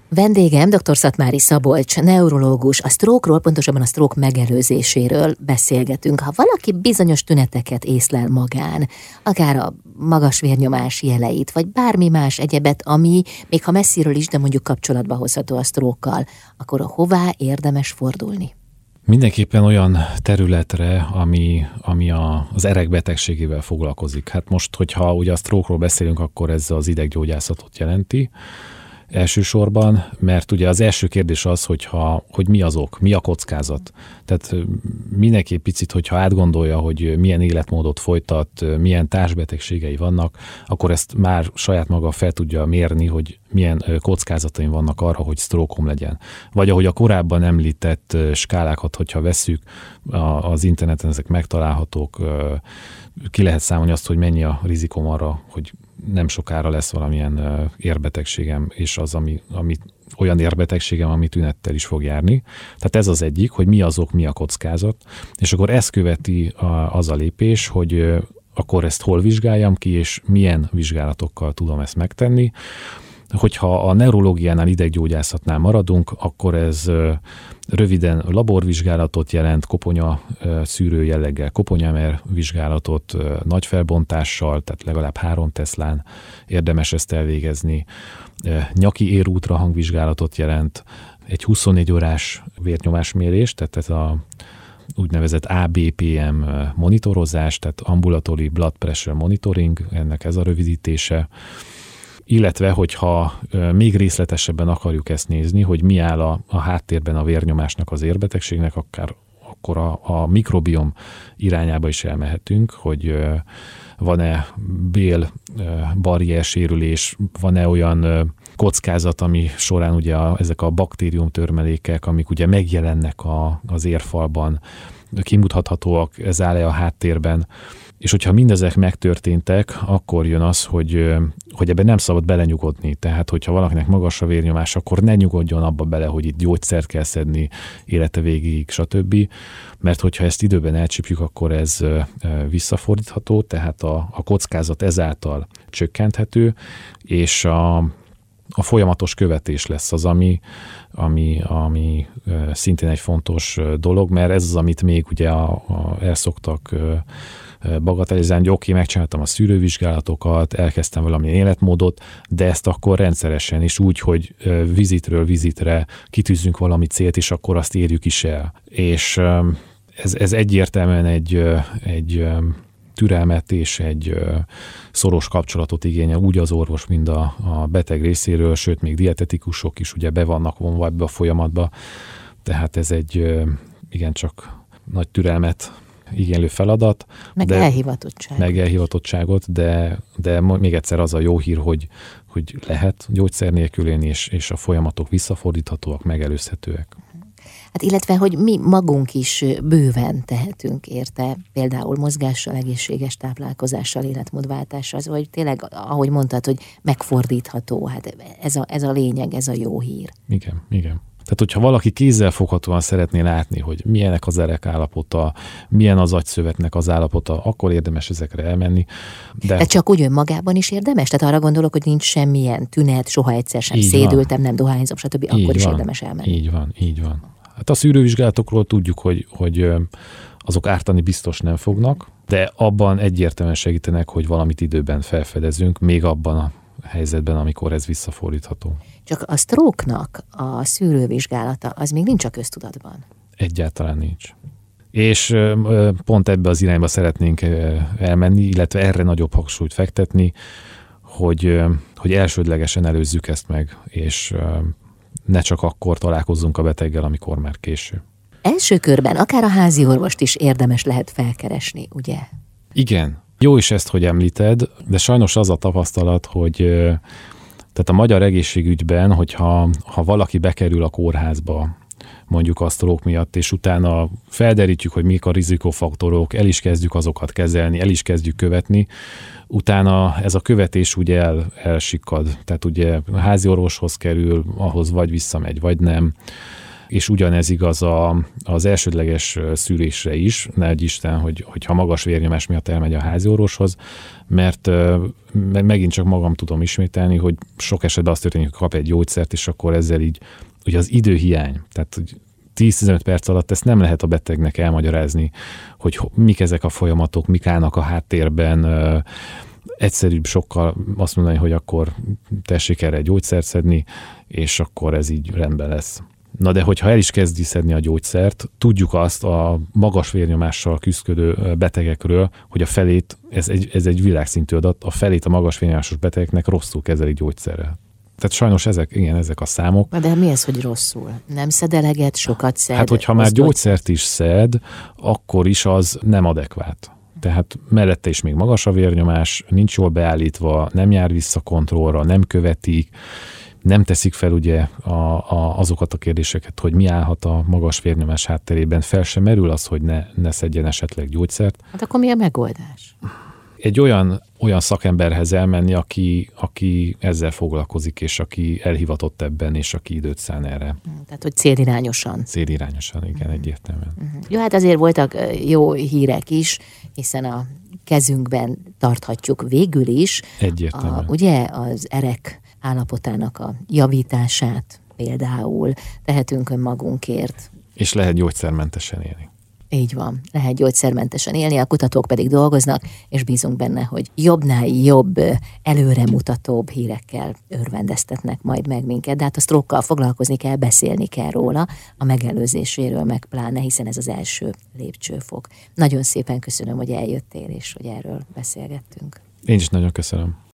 Vendégem dr. Szatmári Szabolcs, neurológus, a stroke-ról, pontosabban a stroke megelőzéséről beszélgetünk. Ha valaki bizonyos tüneteket észlel magán, akár a magas vérnyomás jeleit, vagy bármi más egyebet, ami még ha messziről is, de mondjuk kapcsolatba hozható a stroke-kal, akkor hová érdemes fordulni? Mindenképpen olyan területre, ami az erek betegségével foglalkozik. Hát most, hogyha ugye a stroke-ról beszélünk, akkor ez az ideggyógyászatot jelenti elsősorban, mert ugye az első kérdés az, hogy mi az ok, mi a kockázat. Tehát mindenki picit, hogyha átgondolja, hogy milyen életmódot folytat, milyen társbetegségei vannak, akkor ezt már saját maga fel tudja mérni, hogy milyen kockázatai vannak arra, hogy sztrókom legyen. Vagy ahogy a korábban említett skálákat, hogyha vesszük, az interneten ezek megtalálhatók, ki lehet számolni azt, hogy mennyi a rizikom arra, hogy nem sokára lesz valamilyen érbetegségem, és az, ami olyan érbetegségem, ami tünettel is fog járni. Tehát ez az egyik, hogy mi az ok, mi a kockázat, és akkor ezt követi az a lépés, hogy akkor ezt hol vizsgáljam ki, és milyen vizsgálatokkal tudom ezt megtenni. Hogyha a neurológiánál, ideggyógyászatnál maradunk, akkor ez röviden laborvizsgálatot jelent, koponya szűrő jelleggel koponyamer vizsgálatot nagy felbontással, tehát legalább 3 Teslán érdemes ezt elvégezni. Nyaki érútrahangvizsgálatot jelent, egy 24 órás vérnyomásmérés, tehát ez a úgynevezett ABPM monitorozás, tehát Ambulatory Blood Pressure Monitoring, ennek ez a rövidítése. Illetve, hogyha még részletesebben akarjuk ezt nézni, hogy mi áll a háttérben a vérnyomásnak, az érbetegségnek, akkor a mikrobiom irányába is elmehetünk, hogy van-e barriersérülés, van-e olyan kockázat, ami során ugye ezek a baktériumtörmelékek, amik ugye megjelennek az érfalban, kimutathatóak, ez áll-e a háttérben. És hogyha mindezek megtörténtek, akkor jön az, hogy ebben nem szabad belenyugodni. Tehát, hogyha valakinek magas a vérnyomás, akkor ne nyugodjon abba bele, hogy itt gyógyszert kell szedni élete végéig, stb. Mert hogyha ezt időben elcsípjük, akkor ez visszafordítható, tehát a kockázat ezáltal csökkenthető, és a folyamatos követés lesz az, ami szintén egy fontos dolog, mert ez az, amit még ugye el szoktak bagatelizálni, hogy oké, megcsináltam a szűrővizsgálatokat, elkezdtem valamilyen életmódot, de ezt akkor rendszeresen is úgy, hogy vizitről vizitre kitűzzünk valami célt, és akkor azt érjük is el. És ez egyértelműen egy türelmet és egy szoros kapcsolatot igényel úgy az orvos, mind a beteg részéről, sőt, még dietetikusok is ugye be vannak vonva ebbe a folyamatba. Tehát ez egy igencsak nagy türelmet igénylő feladat. Meg elhivatottságot, de még egyszer az a jó hír, hogy lehet gyógyszer nélkül élni, és a folyamatok visszafordíthatóak, megelőzhetőek. Hát illetve, hogy mi magunk is bőven tehetünk érte, például mozgással, egészséges táplálkozással, életmódváltással, vagy tényleg, ahogy mondtad, hogy megfordítható, hát ez a lényeg, ez a jó hír. Igen. Tehát, hogyha valaki kézzelfoghatóan szeretné látni, hogy milyenek az erek állapota, milyen az agyszövetnek az állapota, akkor érdemes ezekre elmenni. De csak úgy önmagában is érdemes? Tehát arra gondolok, hogy nincs semmilyen tünet, soha egyszer sem szédültem, nem dohányzom, stb. Akkor is érdemes elmenni. Így van. Hát a szűrővizsgálatokról tudjuk, hogy azok ártani biztos nem fognak, de abban egyértelműen segítenek, hogy valamit időben felfedezünk, még abban a helyzetben, amikor ez visszafordítható. Csak a stroke-nak a szűrővizsgálata az még nincs a köztudatban. Egyáltalán nincs. És pont ebbe az irányba szeretnénk elmenni, illetve erre nagyobb hangsúlyt fektetni, hogy elsődlegesen előzzük ezt meg, és ne csak akkor találkozzunk a beteggel, amikor már késő. Első körben akár a házi orvost is érdemes lehet felkeresni, ugye? Igen. Jó is ezt, hogy említed, de sajnos az a tapasztalat, hogy tehát a magyar egészségügyben, hogyha valaki bekerül a kórházba, mondjuk a stroke miatt, és utána felderítjük, hogy mik a rizikofaktorok, el is kezdjük azokat kezelni, el is kezdjük követni, utána ez a követés ugye elsikkad. Tehát ugye a házi orvoshoz kerül, ahhoz vagy visszamegy, vagy nem. és ugyanez igaz az elsődleges szűrésre is, ne adj Isten, hogyha magas vérnyomás miatt elmegy a háziorvoshoz, mert megint csak magam tudom ismételni, hogy sok esetben azt történik, hogy kap egy gyógyszert, és akkor ezzel így, ugye az időhiány, tehát 10-15 perc alatt ezt nem lehet a betegnek elmagyarázni, hogy mik ezek a folyamatok, mik állnak a háttérben. Egyszerűbb sokkal azt mondani, hogy akkor tessék erre egy gyógyszert szedni, és akkor ez így rendben lesz. Na de hogyha el is kezdi szedni a gyógyszert, tudjuk azt a magas vérnyomással küzdő betegekről, hogy a felét, ez egy világszintű adat, a felét a magas vérnyomásos betegeknek rosszul kezelik gyógyszerrel. Tehát sajnos ezek a számok. De mi ez, hogy rosszul? Nem szed eleget, sokat szed? Hát, hogyha már gyógyszert is szed, akkor is az nem adekvát. Tehát mellette is még magas a vérnyomás, nincs jól beállítva, nem jár vissza kontrollra, nem követik, nem teszik fel ugye azokat a kérdéseket, hogy mi állhat a magas vérnyomás hátterében. Fel sem merül az, hogy ne szedjen esetleg gyógyszert. Hát akkor mi a megoldás? Egy olyan szakemberhez elmenni, aki ezzel foglalkozik, és aki elhivatott ebben, és aki időt szán erre. Tehát, hogy célirányosan. Célirányosan, igen, egyértelműen. Jó, hát azért voltak jó hírek is, hiszen a kezünkben tarthatjuk végül is. Egyértelműen. Ugye az erek állapotának a javítását például tehetünk önmagunkért. És lehet gyógyszermentesen élni. Így van, lehet gyógyszermentesen élni, a kutatók pedig dolgoznak, és bízunk benne, hogy jobbnál jobb, előremutatóbb hírekkel örvendeztetnek majd meg minket, de hát a stroke-kal foglalkozni kell, beszélni kell róla, a megelőzéséről meg pláne, hiszen ez az első lépcsőfok. Nagyon szépen köszönöm, hogy eljöttél, és hogy erről beszélgettünk. Én is nagyon köszönöm.